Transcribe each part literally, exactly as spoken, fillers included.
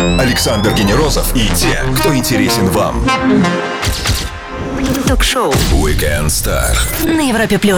Александр Генерозов и те, кто интересен вам. Ток-шоу Weekend Star на Европе плюс.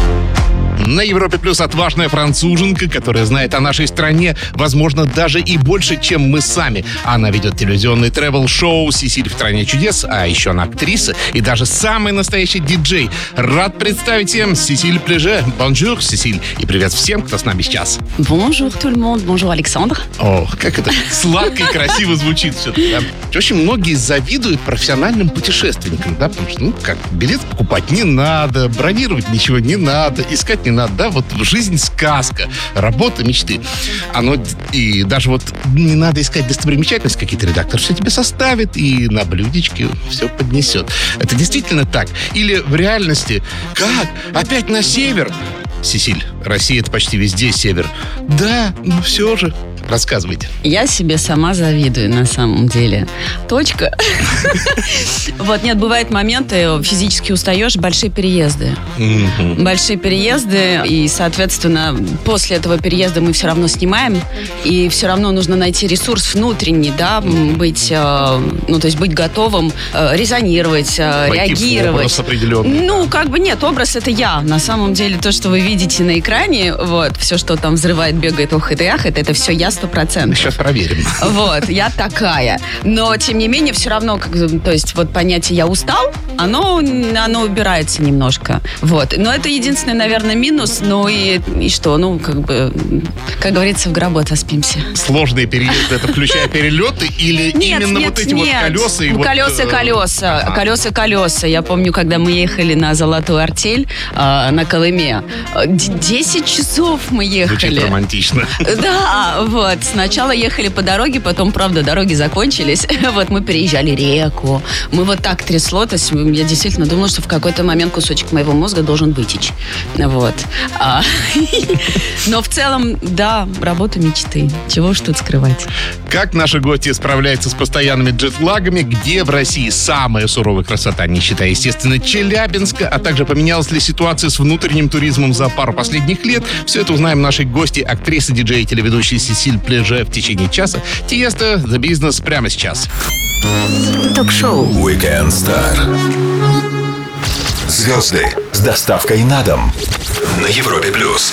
На Европе плюс отважная француженка, которая знает о нашей стране, возможно, даже и больше, чем мы сами. Она ведет телевизионный тревел-шоу «Сесиль в стране чудес», а еще она актриса и даже самый настоящий диджей. Рад представить всем Сесиль Плеже. Бонжур, Сесиль. И привет всем, кто с нами сейчас. Bonjour tout le monde. Bonjour, Александр. О, как это сладко и красиво звучит все-таки, да? Очень многие завидуют профессиональным путешественникам, да, потому что, ну, как, билет покупать не надо, бронировать ничего не надо, искать не надо, да, вот жизнь сказка, работа мечты. Оно, и даже вот не надо искать достопримечательности, какие-то редактор все тебе составит и на блюдечке все поднесет. Это действительно так? Или в реальности, как? Опять на север? Сесиль, Россия — это почти везде север. Да, но все же. Рассказывайте. Я себе сама завидую, на самом деле. Точка. Вот, нет, бывают моменты, физически устаешь, большие переезды. Большие переезды, и, соответственно, после этого переезда мы все равно снимаем, и все равно нужно найти ресурс внутренний, да, быть, ну, то есть быть готовым резонировать, реагировать. Образ определенный. Ну, как бы нет, образ — это я. На самом деле, то, что вы видите на экране, вот, все, что там взрывает, бегает, охает и ахает, это все я сто процентов. Сейчас проверим. Вот, я такая. Но, тем не менее, все равно, как, то есть, вот понятие «я устал», оно, оно убирается немножко. Вот. Но это единственный, наверное, минус. Ну и, и что? Ну, как бы, как говорится, в гробу отоспимся. Сложные переезды, это включая перелеты или нет, именно нет, вот эти нет. вот колеса? И колеса, вот, колеса. Ага. Колеса, колеса. Я помню, когда мы ехали на Золотую Артель э, на Колыме. Десять часов мы ехали. Звучит романтично. Да, вот. Сначала ехали по дороге, потом, правда, дороги закончились. Вот мы переезжали реку. Мы вот так трясло. То есть я действительно думала, что в какой-то момент кусочек моего мозга должен вытечь. Вот. А, но в целом, да, работа мечты. Чего ж тут скрывать? Как наши гости справляются с постоянными джетлагами? Где в России самая суровая красота, не считая, естественно, Челябинска? А также поменялась ли ситуация с внутренним туризмом за пару последних лет? Все это узнаем нашей гости, актрисы, диджей и телеведущей Сесиль Плеже в течение часа. Тиесто The Business прямо сейчас. Ток-шоу Weekend Star. Звезды с доставкой на дом на Европе плюс.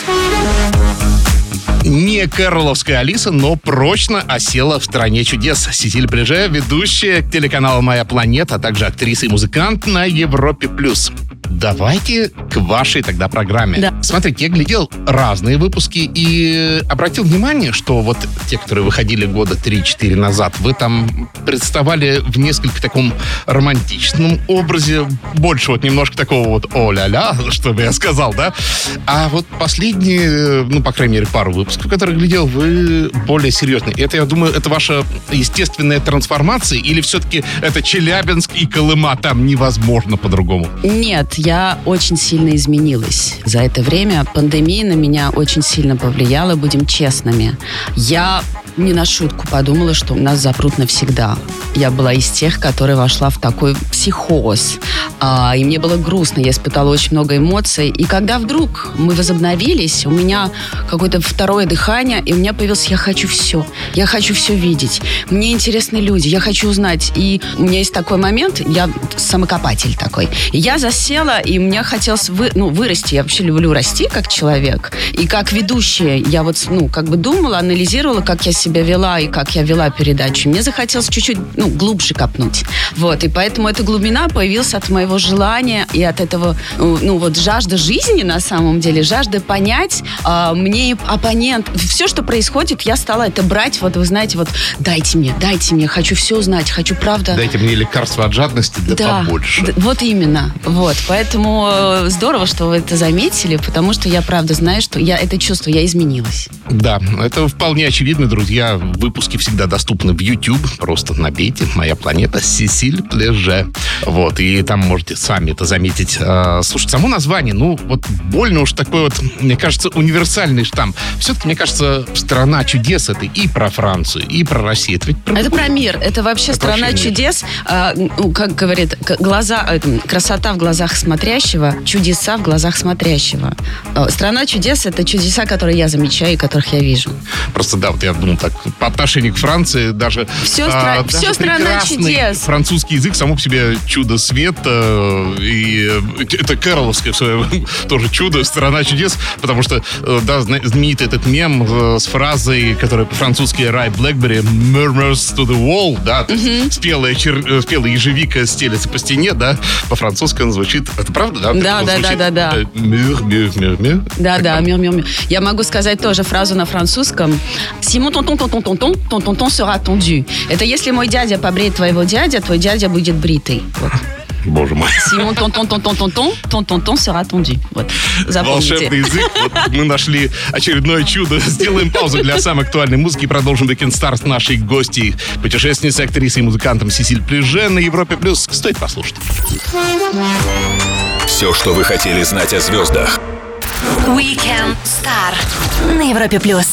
Не карловская Алиса, но прочно осела в стране чудес. Сесиль Плеже, ведущая телеканала «Моя планета», а также актриса и музыкант на Европе плюс. Давайте к вашей тогда программе. Да. Смотрите, я глядел разные выпуски и обратил внимание, что вот те, которые выходили года три-четыре назад, вы там представали в несколько таком романтичном образе, больше вот немножко такого вот о-ля-ля, что бы я сказал, да? А вот последние, ну, по крайней мере, пару выпусков, которые глядел, вы более серьезные. Это, я думаю, это ваша естественная трансформация или все-таки это Челябинск и Колыма, там невозможно по-другому? Нет, я очень сильно изменилась за это время. Пандемия на меня очень сильно повлияла, будем честными. Я не на шутку подумала, что нас запрут навсегда. Я была из тех, которая вошла в такой психоз. А, и мне было грустно, я испытала очень много эмоций. И когда вдруг мы возобновились, у меня какое-то второе дыхание, и у меня появилось «я хочу все». Я хочу все видеть. Мне интересны люди, я хочу узнать. И у меня есть такой момент, я самокопатель такой. И я засела, и мне хотелось вы, ну, вырасти. Я вообще люблю расти как человек. И как ведущая я вот, ну, как бы думала, анализировала, как я себя вела и как я вела передачу. Мне захотелось чуть-чуть, ну, глубже копнуть. Вот. И поэтому эта глубина появилась от моего желания и от этого, ну, вот жажда жизни на самом деле, жажда понять а, мне оппонент. Все, что происходит, я стала это брать, вот вы знаете, вот дайте мне, дайте мне, хочу все узнать, хочу правда. Дайте мне лекарство от жадности, да, да побольше. Д- вот именно. Вот. Поэтому здорово, что вы это заметили, потому что я правда знаю, что я это чувствую, я изменилась. Да, это вполне очевидно, друзья. Выпуски всегда доступны в YouTube. Просто набейте «Моя планета» Сесиль Плеже. Вот, и там можете сами это заметить. Слушайте, само название, ну, вот больно уж такой вот, мне кажется, универсальный штамп. Все-таки, мне кажется, «Страна чудес» — это и про Францию, и про Россию. Это ведь про, это про мир. Это вообще это «Страна вообще чудес». А, ну, как говорит, глаза, красота в глазах смотрящего, чудеса в глазах смотрящего. «Страна чудес» — это чудеса, которые я замечаю и которых я вижу. Просто, да, вот я думал, так, по отношению к Франции даже... Все, а, стра... все страна чудес. Французский язык само по себе чудо света. И это кэроловское тоже чудо, страна чудес. Потому что, да, знаменитый этот мем с фразой, которая по-французски «Рай Блэкбери», «Murmurs to the wall», да, то есть Мгм. спелая, чер... спелая ежевика стелется по стене, да, по-французски он звучит... Это правда, да? Да, Он да, звучит, да, да, да. э, «Мюр, мюр, мюр, мюр». Да, Как да, там? мир, мир, мир. Я могу сказать тоже фразу на французском. Si mon tonton, ton tonton, ton ton tonton sera tondu. Это если мой дядя побреет твоего дядя, твой дядя будет бритый. Вот. Боже мой. Si mon tonton, ton tonton, ton ton tonton sera tondu. Вот. Волшебный Запомните. язык. Вот мы нашли очередное чудо. Сделаем паузу для самой актуальной музыки и продолжим Weekend Star с нашей гостьей, путешественницей, актрисой и музыкантом Сесиль Плеже на Европе Плюс. Стоит послушать. Все, что вы хотели знать о звездах. Weekend Star на Европе плюс.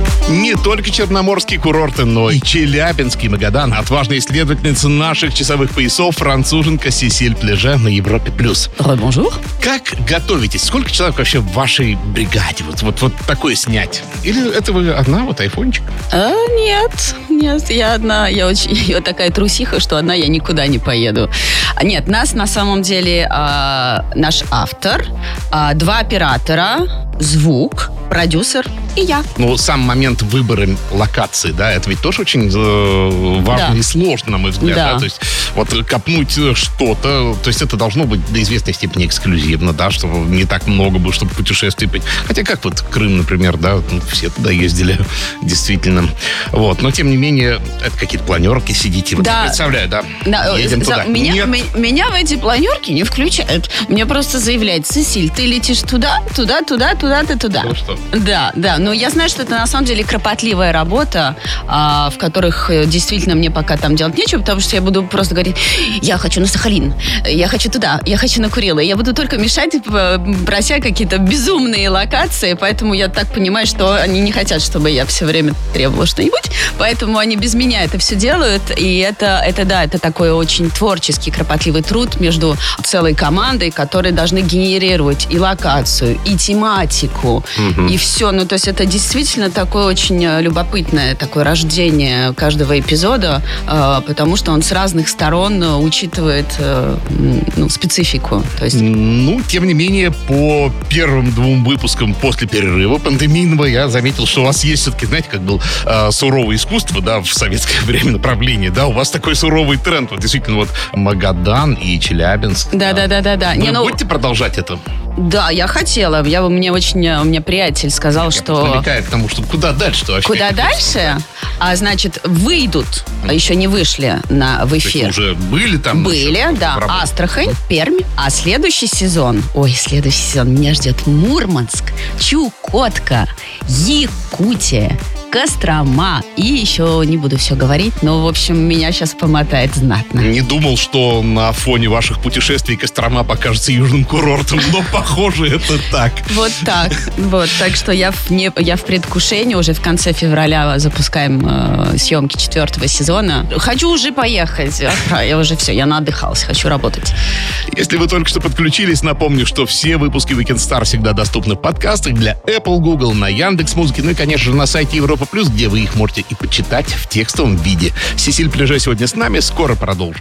Не только черноморские курорты, но и Челябинский Магадан. Отважная исследовательница наших часовых поясов, француженка Сесиль Плеже на Европе Плюс. Rebonjour. Как готовитесь? Сколько человек вообще в вашей бригаде? Вот, вот, вот такое снять? Или это вы одна, вот айфончик? А, нет, нет, я одна, я очень, я такая трусиха, что одна я никуда не поеду. А, Нет, нас на самом деле а, наш автор, а, два оператора, звук, продюсер и я. Ну, сам момент выбора локации, да, это ведь тоже очень э, важно Да. и сложно, на мой взгляд. Да. Да? То есть вот копнуть что-то, то есть это должно быть до известной степени эксклюзивно, да, чтобы не так много было, чтобы путешествий быть. Хотя как вот Крым, например, да, ну, все туда ездили, действительно. Вот, но тем не менее, это какие-то планерки сидите. Вот Да. я представляю, да, Да, едем за- туда. Меня, Нет. ме- меня в эти планерки не включают. Мне просто заявляют: Сесиль, ты летишь туда, туда, туда, туда, ты туда. Ну что? Да, да. Но я знаю, что это на самом деле кропотливая работа, а, в которых э, действительно мне пока там делать нечего, потому что я буду просто говорить: я хочу на Сахалин, я хочу туда, я хочу на Курилы. Я буду только мешать, э, прося какие-то безумные локации, поэтому я так понимаю, что они не хотят, чтобы я все время требовала что-нибудь, поэтому они без меня это все делают, и это, это да, это такой очень творческий, кропотливый труд между целой командой, которые должны генерировать и локацию, и тематику, и все. Ну, то есть это действительно такое очень э, любопытное такое рождение каждого эпизода, э, потому что он с разных сторон э, учитывает э, м, ну, специфику. То есть Ну, тем не менее, по первым двум выпускам после перерыва пандемийного я заметил, что у вас есть все-таки, знаете, как был э, суровое искусство, да, в советское время направление, да, у вас такой суровый тренд, вот действительно, вот Магадан и Челябинск. Да, да, да, да, да. Вы Не, ну, будете продолжать это? да, я хотела. Я, мне очень, у меня приятель сказал, Я что... просто намекаю к тому, что куда дальше-то вообще? Куда дальше? А значит, выйдут, а еще не вышли на, в То есть эфир. уже были там? Были, еще да, работы? Астрахань, Пермь. А следующий сезон, ой, следующий сезон меня ждет Мурманск, Чукотка, Якутия, Кострома. И еще не буду все говорить, но, в общем, меня сейчас помотает знатно. Не думал, что на фоне ваших путешествий Кострома покажется южным курортом, но похоже это так. Вот так. Вот, так что я в, не, я в предвкушении. Уже в конце февраля запускаем э, съемки четвертого сезона. Хочу уже поехать. А, я уже все, я наотдыхалась, хочу работать. Если вы только что подключились, напомню, что все выпуски Weekend Star всегда доступны в подкастах для Apple, Google, на Яндекс.Музыке, ну и, конечно же, на сайте Европа Плюс, где вы их можете и почитать в текстовом виде. Сесиль Плеже сегодня с нами, скоро продолжим.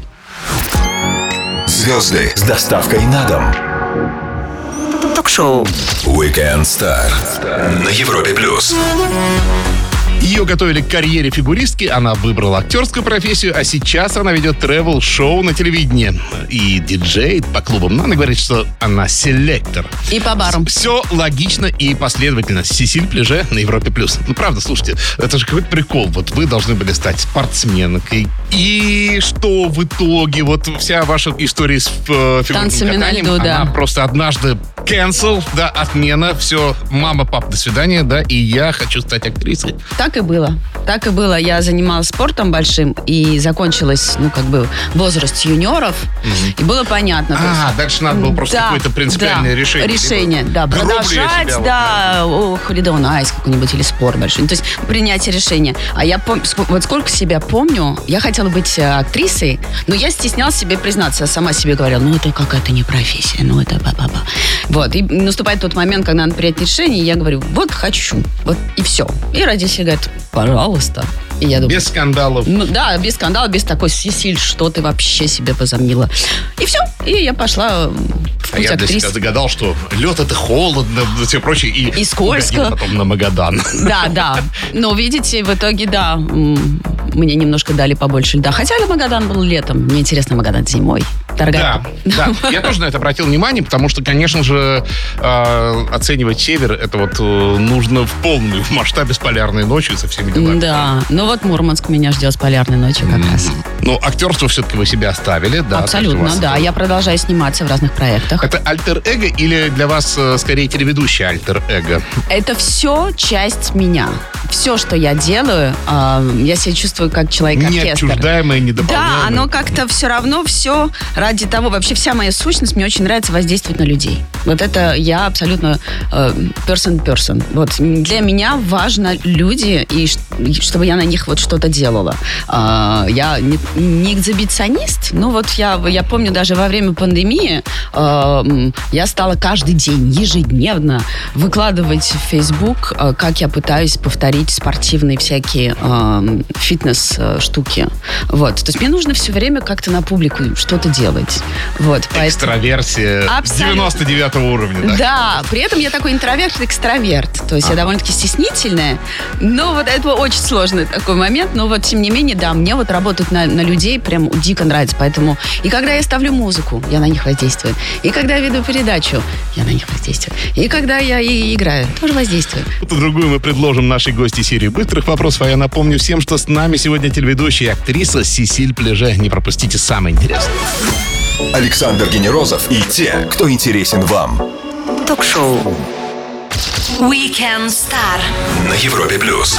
Звезды с доставкой на дом. Ток-шоу. Weekend Star на Европе Плюс. Ее готовили к карьере фигуристки, она выбрала актерскую профессию, а сейчас она ведет тревел-шоу на телевидении. И диджей по клубам. Но она говорит, что она селектор. И по барам. Все логично и последовательно. Сесиль Плеже на Европе Плюс. Ну, правда, слушайте, это же какой-то прикол. Вот вы должны были стать спортсменкой. И что в итоге? Вот вся ваша история с э, фигурным Танцами на катанием, льду, да. она просто однажды cancel, да, отмена. Все, мама, пап, до свидания, да, и я хочу стать актрисой. Так и было. Так и было. Я занималась спортом большим и закончилась, ну, как бы, возраст юниоров. И было понятно. то А, есть- дальше надо было просто Да, какое-то принципиальное да, решение. Решение, Либо да. гроблю я Продолжать, себя, вот, да, о, Holiday on Ice какой-нибудь или спор большой. Ну, то есть принятие решения. А я пом- ск- вот сколько себя помню, я хотела быть э, актрисой, но я стеснялась себе признаться. Я сама себе говорила: ну, это какая-то не профессия, ну, это ба-ба-ба. Вот. И наступает тот момент, когда надо принять решение, и я говорю, вот хочу. Вот и все. И родители говорят, пожалуйста. И я думаю, без скандалов. Ну, да, без скандалов, без такой Сесиль, что ты вообще себе возомнила. И все. И я пошла в А путь я для актрисы. себя загадал, что лед это холодно, и все прочее. И, И скользко. угодил потом на Магадан. Да, да. Но, видите, в итоге, да, м, мне немножко дали побольше льда. Хотя Магадан был летом. Мне интересно, Магадан зимой. Дорогая. Да, да. Я тоже на это обратил внимание, потому что, конечно же, э, оценивать север, это вот э, нужно в полную, в масштабе с полярной ночью, со всеми делами. Да. Ну вот Мурманск меня ждет с полярной ночью как раз. Ну, актерство все-таки вы себя оставили, да? Абсолютно, то есть у вас да. это- Я продолжаю сниматься в разных проектах. Это альтер-эго или для вас э, скорее телеведущий альтер-эго? Это все часть меня. Все, что я делаю, э, я себя чувствую как человек-оркестр. Неотчуждаемое, недополняемое. Да, оно как-то все равно все ради того. Вообще вся моя сущность, мне очень нравится воздействовать на людей. Вот это я абсолютно э, person-person. Вот для меня важно люди, и ш- и чтобы я на них вот что-то делала. Э, я не, не экзибиционист, но вот я, я помню даже во время пандемии э, м, я стала каждый день, ежедневно выкладывать в Facebook, э, как я пытаюсь повторить спортивные всякие э, фитнес-штуки. Вот. То есть мне нужно все время как-то на публику что-то делать. Вот. Поэтому- Экстраверсия Абсолютно. девяносто девятого уровня, да? Да, при этом я такой интроверт-экстраверт. То есть я Ага. довольно-таки стеснительная. Но вот это очень сложный такой момент. Но вот тем не менее, да, мне вот работать на, на людей прям дико нравится. Поэтому и когда я ставлю музыку, я на них воздействую. И когда я веду передачу, я на них воздействую. И когда я и играю, тоже воздействую. Эту другую мы предложим нашей гости серии быстрых вопросов. А я напомню всем, что с нами сегодня телеведущая и актриса Сесиль Плеже. Не пропустите самое интересное. Александр Генерозов и те, кто интересен вам. Ток-шоу Weekend Star На Европе плюс.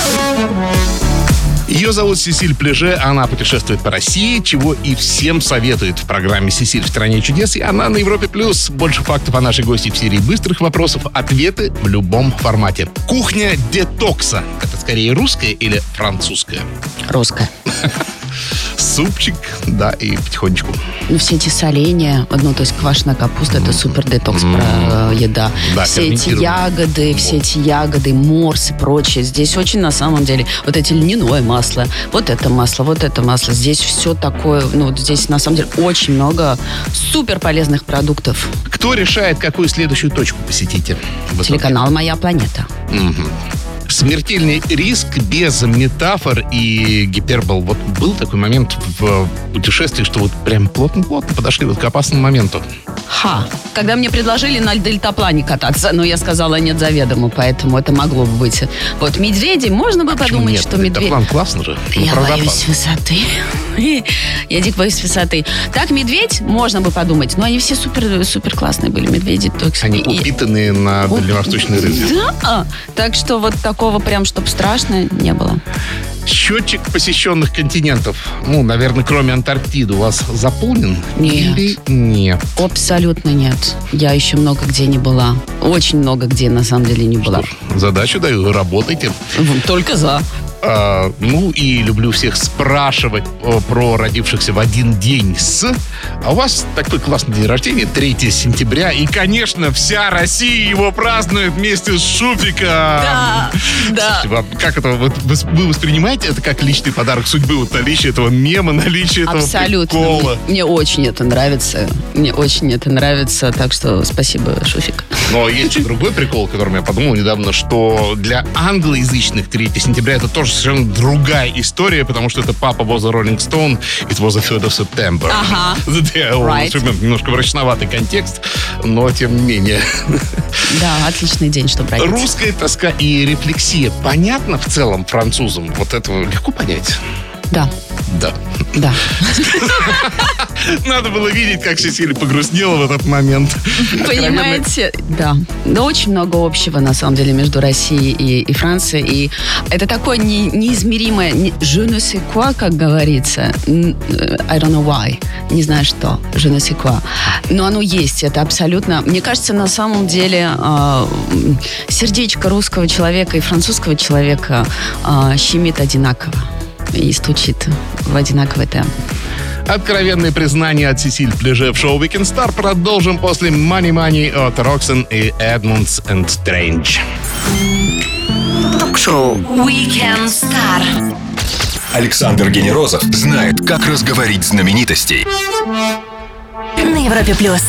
Ее зовут Сесиль Плеже, она путешествует по России, чего и всем советует в программе «Сесиль в стране чудес». И она на Европе плюс. Больше фактов о нашей гости в серии быстрых вопросов. Ответы в любом формате. Кухня детокса. Это скорее русская или французская? Русская. Супчик, да, и потихонечку. Ну, все эти соления, ну, то есть квашеная капуста, это супер детокс про, э, еда. Да, все эти ферментированная. ягоды, все эти ягоды, морс и прочее. Здесь очень, на самом деле, вот эти льняное масло, вот это масло, вот это масло. Здесь все такое, ну, вот здесь, на самом деле, очень много супер полезных продуктов. Кто решает, какую следующую точку посетите? в итоге? Телеканал «Моя планета». Мгм. Смертельный риск без метафор и гипербол. Вот был такой момент в путешествии, что вот прям плотно-плотно подошли вот к опасному моменту. Ха. Когда мне предложили на дельтаплане кататься, но я сказала нет заведомо, поэтому это могло бы быть. Вот медведи, можно бы Почему подумать, нет? что медведь... Дельтаплан классно же. Ну, Я правда, боюсь опасно. высоты. Я дико боюсь высоты. Так, медведь, можно бы подумать, но они все супер, супер классные были, медведи. То есть- Они и- упитанные на дальневосточной рыбе. Да, так что вот такого прям, чтоб страшно, не было. Счетчик посещенных континентов, ну, наверное, кроме Антарктиды, у вас заполнен? Нет. Или нет? Абсолютно нет. Я еще много где не была. Очень много где, на самом деле, не была. Задачу даю, работайте. Только за. А, ну и люблю всех спрашивать о, про родившихся в один день с... А у вас такой классный день рождения, третьего сентября. И, конечно, вся Россия его празднует вместе с Шуфиком. Да, да. Слушайте, вам как это, вот, вы, вы воспринимаете это как личный подарок судьбы? Вот наличие этого мема, наличие этого Абсолютно. прикола. Мне, мне очень это нравится. Мне очень это нравится. Так что спасибо, Шуфик. Но есть еще другой прикол, о котором я подумал недавно, что для англоязычных третьего сентября это тоже совершенно другая история, потому что это папа was a Rolling Stone, it was a third of September. Ага. Right. Немножко мрачноватый контекст, но тем не менее. Да, отличный день, чтобы родиться. Русская тоска и рефлексия. Понятно в целом французам? Вот этого легко понять? Да, Да. да. Надо было видеть, как Сесиль погрустнела в этот момент. Понимаете? Да. Да, очень много общего, на самом деле, между Россией и, и Францией. И это такое не, неизмеримое не- je ne sais quoi, как говорится. Н- I don't know why. Не знаю что. Je ne sais quoi. Но оно есть. Это абсолютно... Мне кажется, на самом деле э, сердечко русского человека и французского человека э, щемит одинаково. И стучит в одинаковый темп. Откровенные признания от Сесиль Плеже в шоу Weekend Star продолжим после Money Money от Роксен и Edmunds and Strange. Ток-шоу Weekend Star. Александр Генерозов знает, как разговорить знаменитостей. На Европе плюс.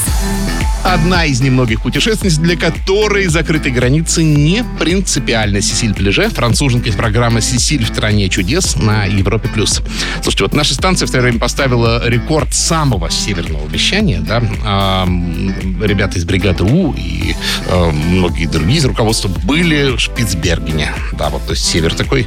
Одна из немногих путешественниц, для которой закрытые границы не принципиально. Сесиль Плеже, француженка из программы «Сесиль в стране чудес» на Европе+. Слушайте, вот наша станция в свое время поставила рекорд самого северного вещания, да. А, ребята из бригады У и а, многие другие из руководства были в Шпицбергене. Да, вот, то есть север такой.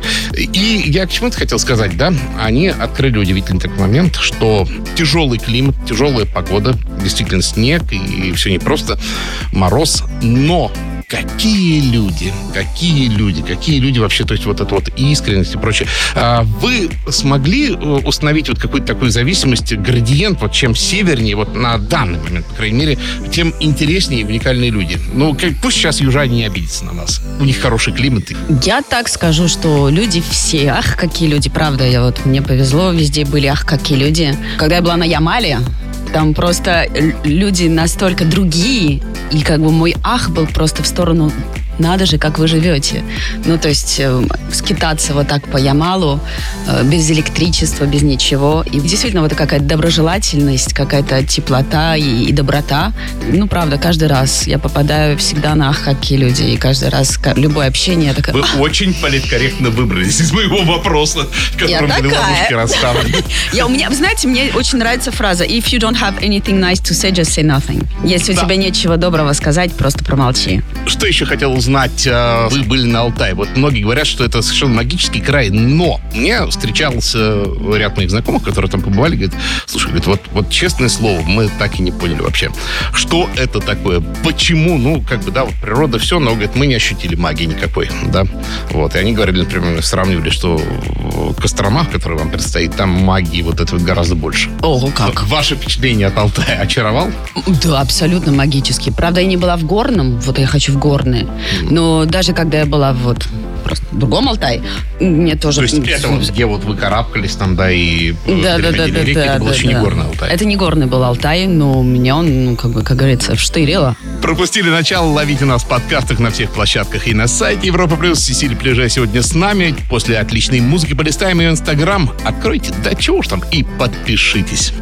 И я к чему-то хотел сказать, да, они открыли удивительный такой момент, что тяжелый климат, тяжелая погода, действительно снег и все не просто, мороз, но какие люди, какие люди, какие люди вообще, то есть вот эта вот искренность и прочее. А вы смогли установить вот какую-то такую зависимость, градиент, вот чем севернее, вот на данный момент, по крайней мере, тем интереснее и уникальные люди. Ну, как, пусть сейчас южане не обидятся на нас. У них хороший климат. Я так скажу, что люди все, ах, какие люди, правда, я вот, мне повезло, везде были, ах, какие люди. Когда я была на Ямале, там просто люди настолько другие, и как бы мой ах был просто в сторону, надо же, как вы живете. Ну, то есть э, скитаться вот так по Ямалу, э, без электричества, без ничего. И действительно вот какая-то доброжелательность, какая-то теплота и, и доброта. Ну, правда, каждый раз я попадаю всегда на ах, какие люди. И каждый раз любое общение... Такая, вы очень политкорректно выбрались из моего вопроса, в котором были ловушки расставлены. Я, у меня, знаете, мне очень нравится фраза «If you don't have anything nice to say, just say nothing». Если у тебя нечего доброго сказать, просто промолчи. Что еще хотел узнать? Вы были на Алтае. Вот многие говорят, что это совершенно магический край, но мне встречался ряд моих знакомых, которые там побывали, говорят, слушай, говорит, вот, вот честное слово, мы так и не поняли вообще, что это такое, почему, ну, как бы, да, вот природа все, но, говорит, мы не ощутили магии никакой, да, вот, и они говорили, например, сравнивали, что Кострома, который вам предстоит, там магии вот этого гораздо больше. Ого, как? Ваше впечатление от Алтая очаровал? Да, абсолютно магический. Правда, я не была в Горном, вот я хочу в Горные. Но даже когда я была вот просто в другом Алтае, мне тоже... То есть это вот, где вот вы карабкались там, да, и да, да, да, реки, да, это был да, еще да. не горный Алтай. Это не горный был Алтай, но меня он, ну, как бы, как говорится, вштырило. Пропустили начало, ловите нас в подкастах на всех площадках и на сайте Европа Плюс. Сесиль Плеже сегодня с нами. После отличной музыки полистаем ее инстаграм. Откройте, да чего уж там, и подпишитесь.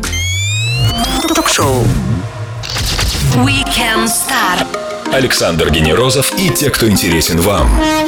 Ток-шоу Weekend Star. Александр Генерозов и те, кто интересен вам.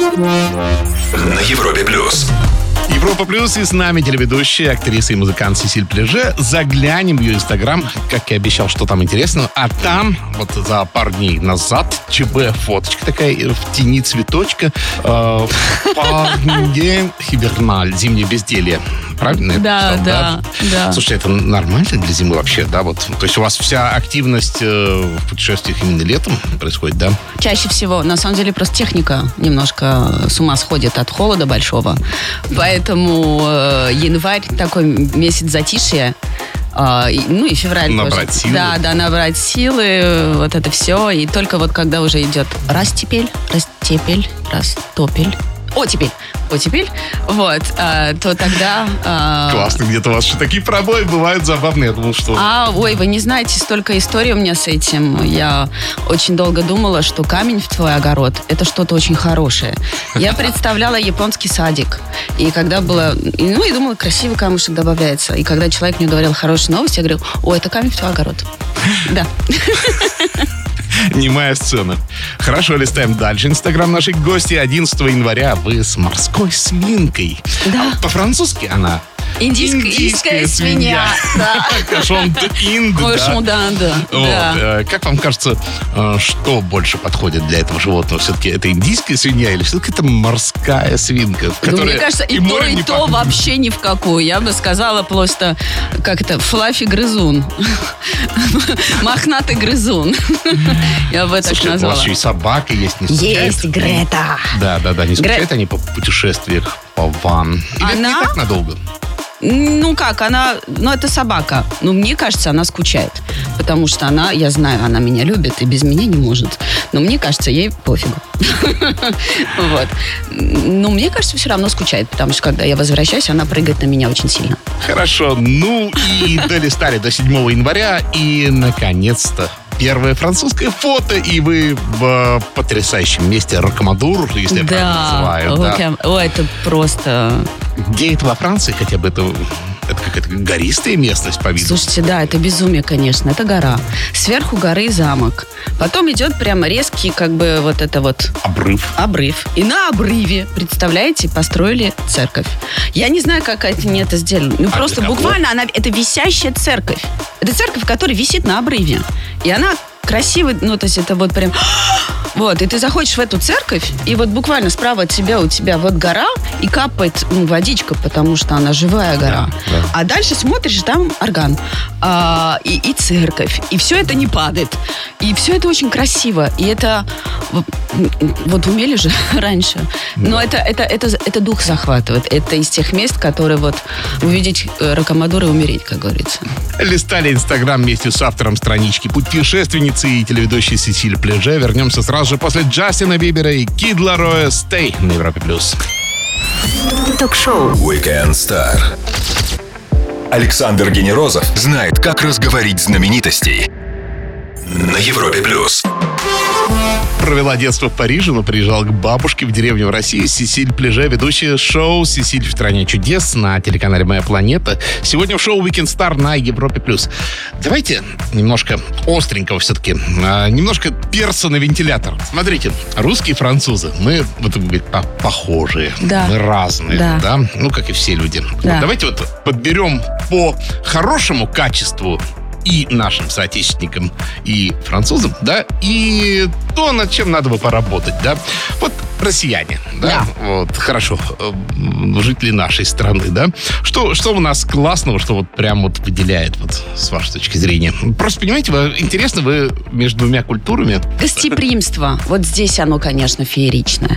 На Европе плюс. Европа Плюс, и с нами телеведущая, актриса и музыкант Сесиль Плеже. Заглянем в ее инстаграм, как и обещал, что там интересного. А там, вот за пару дней назад, ЧБ фоточка такая, в тени цветочка. Э, Парнье хиберналь, зимнее безделье. Правильно? Да, писал, да, да, да. Слушайте, это нормально для зимы вообще, да? Вот, то есть у вас вся активность э, в путешествиях именно летом происходит, да? Чаще всего. На самом деле просто техника немножко с ума сходит от холода большого. Поэтому э, январь такой месяц затишья. Uh, и, ну и февраль набрать тоже. силы. Да, да, набрать силы, вот это все. И только вот когда уже идет растепель, растепель, растопель, оттепель, оттепель, вот, а, то тогда... А... Классно, где-то у вас еще такие пробои бывают забавные. Я думал, что... А, ой, вы не знаете, столько историй у меня с этим. Я очень долго думала, что камень в твой огород – это что-то очень хорошее. Я представляла японский садик. И когда было... Ну, и думала, красивый камушек добавляется. И когда человек мне говорил хорошие новости, я говорю, о, это камень в твой огород. Да. Немая сцена. Хорошо, листаем дальше. Инстаграм нашей гости. одиннадцатого января вы с морской свинкой. Да. По-французски она... Индийская, индийская свинья. Да. Кошон инд, Кошон, да, да. Вот. да. Как вам кажется, что больше подходит для этого животного? Все-таки это индийская свинья или все-таки это морская свинка? Ну, мне кажется, и, и то, и то пахнет. Вообще ни в какую. Я бы сказала просто, как это, флаффи-грызун. Мохнатый грызун. Я бы так назвала. У вас еще и собака есть. Есть, Грета. Да, да, да. Не скучают они по путешествиях по ван? Или не так надолго? Ну как, она, ну это собака. Ну мне кажется, она скучает. Потому что она, я знаю, она меня любит и без меня не может. Но мне кажется, ей пофигу. Вот. Но мне кажется, все равно скучает. Потому что когда я возвращаюсь, она прыгает на меня очень сильно. Хорошо. Ну и долистали до седьмого января. И, наконец-то, первое французское фото, и вы в потрясающем месте Рокамадур, если я правильно называю. Да. Окей. О, это просто... Где это во Франции хотя бы? Это, это какая-то гористая местность по виду? Слушайте, да, это безумие, конечно. Это гора. Сверху горы замок. Потом идет прямо резкий, как бы, вот это вот... Обрыв. Обрыв. И на обрыве, представляете, построили церковь. Я не знаю, как они это сделали. Ну, А просто для кого? буквально она... Это висящая церковь. Это церковь, которая висит на обрыве. И она красивая, ну, то есть это вот прям... Вот, и ты заходишь в эту церковь, и вот буквально справа от тебя у тебя вот гора, и капает ну, водичка, потому что она живая гора. Да, да. А дальше смотришь, там орган. А, и, и церковь. И все это не падает. И все это очень красиво. И это... Вот, вот умели же раньше. Но это, это, это, это дух захватывает. Это из тех мест, которые вот увидеть Рокамадур и умереть, как говорится. Листали Инстаграм вместе с автором странички путешественницы и телеведущей Сесиль Плеже. Вернемся сразу же после Джастина Бибера и Кид Лароя «Stay» на Европе+. плюс. Ток-шоу. Weekend Star. Александр Генерозов знает, как разговорить знаменитостей на Европе+. плюс. Провела детство в Париже, но приезжала к бабушке в деревню в России. Сесиль Плеже, ведущая шоу «Сесиль в стране чудес» на телеканале «Моя планета». Сегодня в шоу «Weekend Star» на Европе+. плюс. Давайте немножко остренького все-таки. А, немножко перца на вентилятор. Смотрите, русские и французы. Мы вот, говорит, по- похожие. Да. Мы разные. Да. Да? Ну, как и все люди. Да. Вот давайте вот подберем по хорошему качеству и нашим соотечественникам, и французам, да, и то, над чем надо бы поработать, да. Вот россияне, да, Да. вот, хорошо, э, жители нашей страны, да. Что, что у нас классного, что вот прям вот выделяет, вот, с вашей точки зрения? Просто, понимаете, вы, интересно, вы между двумя культурами... Гостеприимство. Вот здесь оно, конечно, фееричное.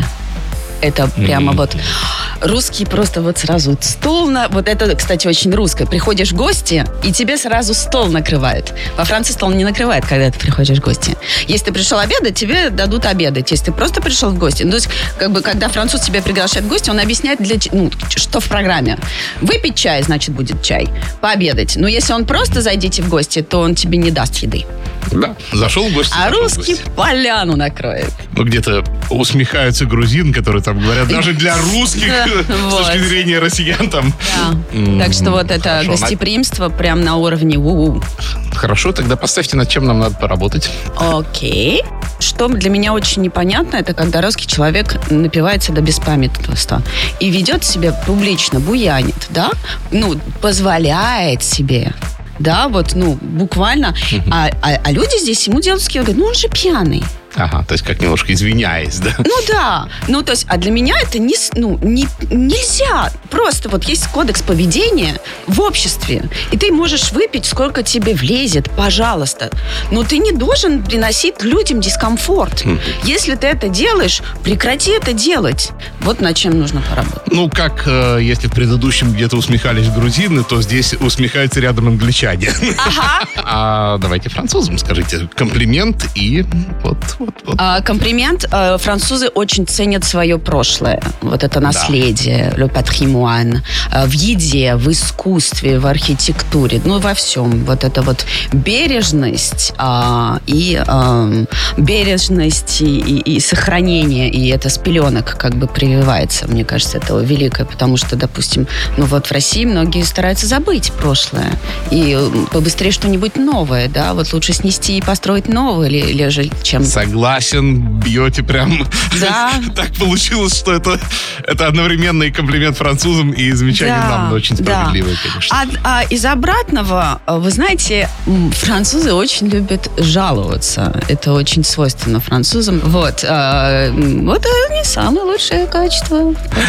Это прямо Мгм. вот русские просто вот сразу вот стол на... Вот это, кстати, очень русское. Приходишь в гости, и тебе сразу стол накрывают. Во Франции стол не накрывает, когда ты приходишь в гости. Если ты пришел обедать, тебе дадут обедать. Если ты просто пришел в гости... Ну, то есть, как бы, когда француз тебя приглашает в гости, он объясняет, для, ч- ну, что в программе. Выпить чай, значит, будет чай. Пообедать. Но если он просто зайдите в гости, то он тебе не даст еды. Да, зашел в гости. А зашел в русский гости. поляну накроет. Ну, где-то усмехаются грузин, которые там говорят, даже для русских, Да, с вот. точки зрения россиян, там... Да. М, Так что вот это хорошо. гостеприимство прям на уровне у-у. Хорошо, тогда поставьте, над чем нам надо поработать. Окей. Что для меня очень непонятно, это когда русский человек напивается до беспамятства и ведет себя публично, буянит, да? Ну, позволяет себе. Да, вот, ну, буквально. А, а- а люди здесь ему делают скидку, говорят, ну, он же пьяный. Ага, то есть как немножко извиняясь, да? Ну да, ну то есть, а для меня это не, с- ну, не, нельзя. Просто вот есть кодекс поведения в обществе, и ты можешь выпить, сколько тебе влезет, пожалуйста. Но ты не должен приносить людям дискомфорт. Если ты это делаешь, прекрати это делать. Вот над чем нужно поработать. Ну, как э, если в предыдущем где-то усмехались грузины, то здесь усмехаются рядом англичане. Ага. А давайте французам скажите комплимент и вот, вот, вот. А, комплимент. А, Французы очень ценят свое прошлое. Вот это наследие, le patrimoine. А, В еде, в искусстве, в архитектуре, ну, во всем. Вот это вот бережность а, и ам, бережность и, и- и сохранение. И это с пеленок как бы прививается. Мне кажется, это великое. Потому что, допустим, ну вот в России многие стараются забыть прошлое. И м, побыстрее что-нибудь новое, да. Вот лучше снести и построить новое, или, или же чем... Согласен, бьете прям. Да. Так получилось, что это, это одновременно и комплимент французам, и замечание Да, нам, но очень да. справедливое, конечно. А, а из обратного, вы знаете, м, французы очень любят жаловаться. Это очень свойственно французам. Вот. а, м, вот это не самое лучшее качество.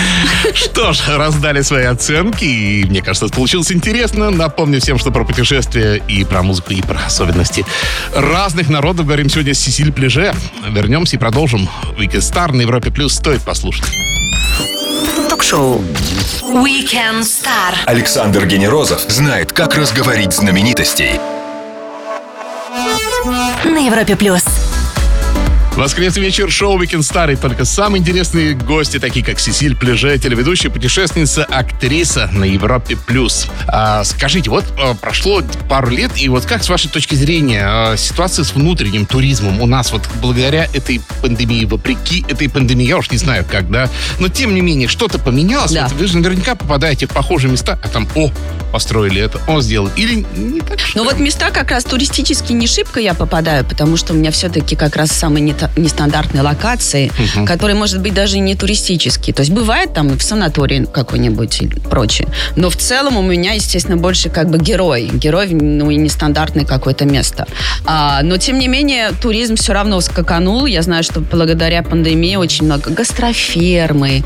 Что ж, раздали свои оценки, и мне кажется, это получилось интересно. Напомню всем, что про путешествия и про музыку, и про особенности разных народов говорим сегодня с Сесиль Плеже. Вернемся и продолжим. Weekend Star на Европе Плюс стоит послушать. Ток-шоу. Weekend Star. Александр Генерозов знает, как разговорить знаменитостей. На Европе плюс. Воскресный вечер, шоу Weekend Star. И только самые интересные гости, такие как Сесиль Плеже, телеведущая, путешественница, актриса на Европе плюс. А, скажите, вот а, прошло пару лет, и вот как с вашей точки зрения а, ситуация с внутренним туризмом у нас вот благодаря этой пандемии, вопреки этой пандемии, я уж не знаю как, да, но тем не менее что-то поменялось. Да. Вот вы же наверняка попадаете в похожие места, а там, о, построили это, о, сделали. Или не так? Ну вот места как раз туристические не шибко я попадаю, потому что у меня все-таки как раз самые не нестандартные локации, uh-huh. которые, может быть, даже и не туристические. То есть бывает там в санатории какой-нибудь и прочее. Но в целом у меня, естественно, больше как бы герой. Герой, ну и нестандартное какое-то место. А, но, тем не менее, туризм все равно скаканул. Я знаю, что благодаря пандемии очень много гастрофермы,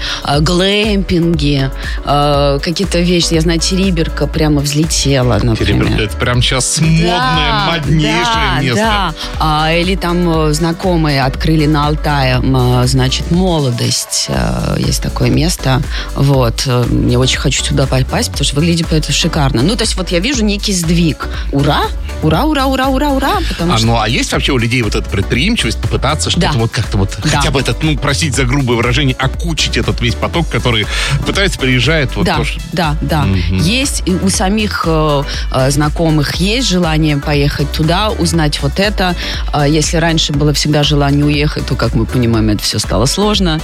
глэмпинги, какие-то вещи. Я знаю, Териберка прямо взлетела, например. Териберка, это прям сейчас модное, да, моднейшее да, место. Да. А, или там знакомые открыли на Алтае, значит, молодость. Есть такое место. Вот. Я очень хочу туда попасть, потому что выглядит это шикарно. Ну, то есть вот я вижу некий сдвиг. Ура! Ура, ура, ура, ура, ура! Потому а, что... Ну, а есть вообще у людей вот эта предприимчивость попытаться что-то да. вот как-то вот, да. хотя бы этот, ну, простите за грубое выражение, окучить этот весь поток, который пытается, приезжает. Вот да, то, что... да, да. Угу. Есть у самих э, знакомых есть желание поехать туда, узнать вот это. Э, если раньше было всегда желание уехать, то, как мы понимаем, это все стало сложно.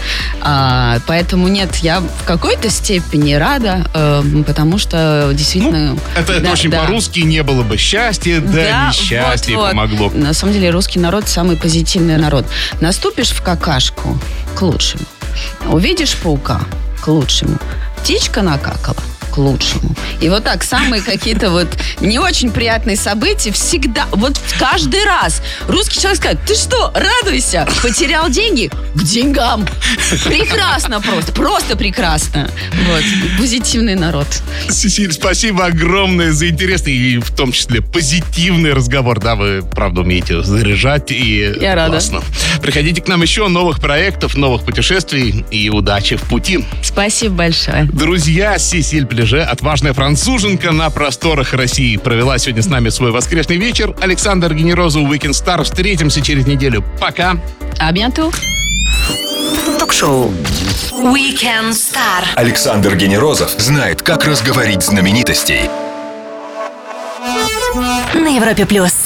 А, поэтому нет, я в какой-то степени рада, э, потому что действительно... Ну, это, да, это очень да. по-русски, не было бы счастья, да, да несчастье вот, вот. помогло. На самом деле русский народ самый позитивный народ. Наступишь в какашку — к лучшему. Увидишь паука — к лучшему. Птичка накакала — к лучшему. И вот так самые какие-то вот не очень приятные события всегда, вот каждый раз русский человек скажет: ты что, радуйся, потерял деньги? К деньгам. Прекрасно просто, просто прекрасно. Вот, позитивный народ. Сесиль, спасибо огромное за интересный и в том числе позитивный разговор. Да, вы, правда, умеете заряжать, и Я рада. Классно. Приходите к нам еще, новых проектов, новых путешествий, и удачи в пути. Спасибо большое. Друзья, Сесиль Плеже, отважная француженка на просторах России, провела сегодня с нами свой воскресный вечер. Александр Генерозов, Weekend Star. Встретимся через неделю. Пока. А bientôt. Ток-шоу. Weekend Star. Александр Генерозов знает, как разговорить знаменитостей. На Европе плюс.